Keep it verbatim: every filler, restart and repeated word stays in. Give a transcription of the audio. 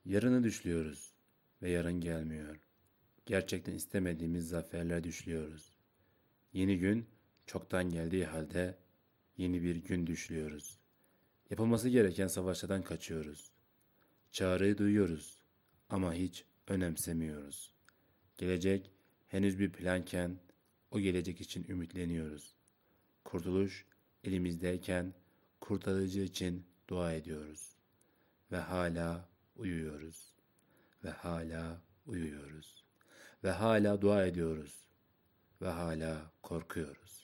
Yarını düşlüyoruz ve yarın gelmiyor. Gerçekten istemediğimiz zaferler düşlüyoruz. Yeni gün çoktan geldiği halde yeni bir gün düşlüyoruz. Yapılması gereken savaşlardan kaçıyoruz. Çağrıyı duyuyoruz ama hiç önemsemiyoruz. Gelecek henüz bir planken o gelecek için ümitleniyoruz. Kurtuluş elimizdeyken kurtarıcı için dua ediyoruz. Ve hala uyuyoruz. Ve hala uyuyoruz. Ve hala dua ediyoruz. Ve hala korkuyoruz.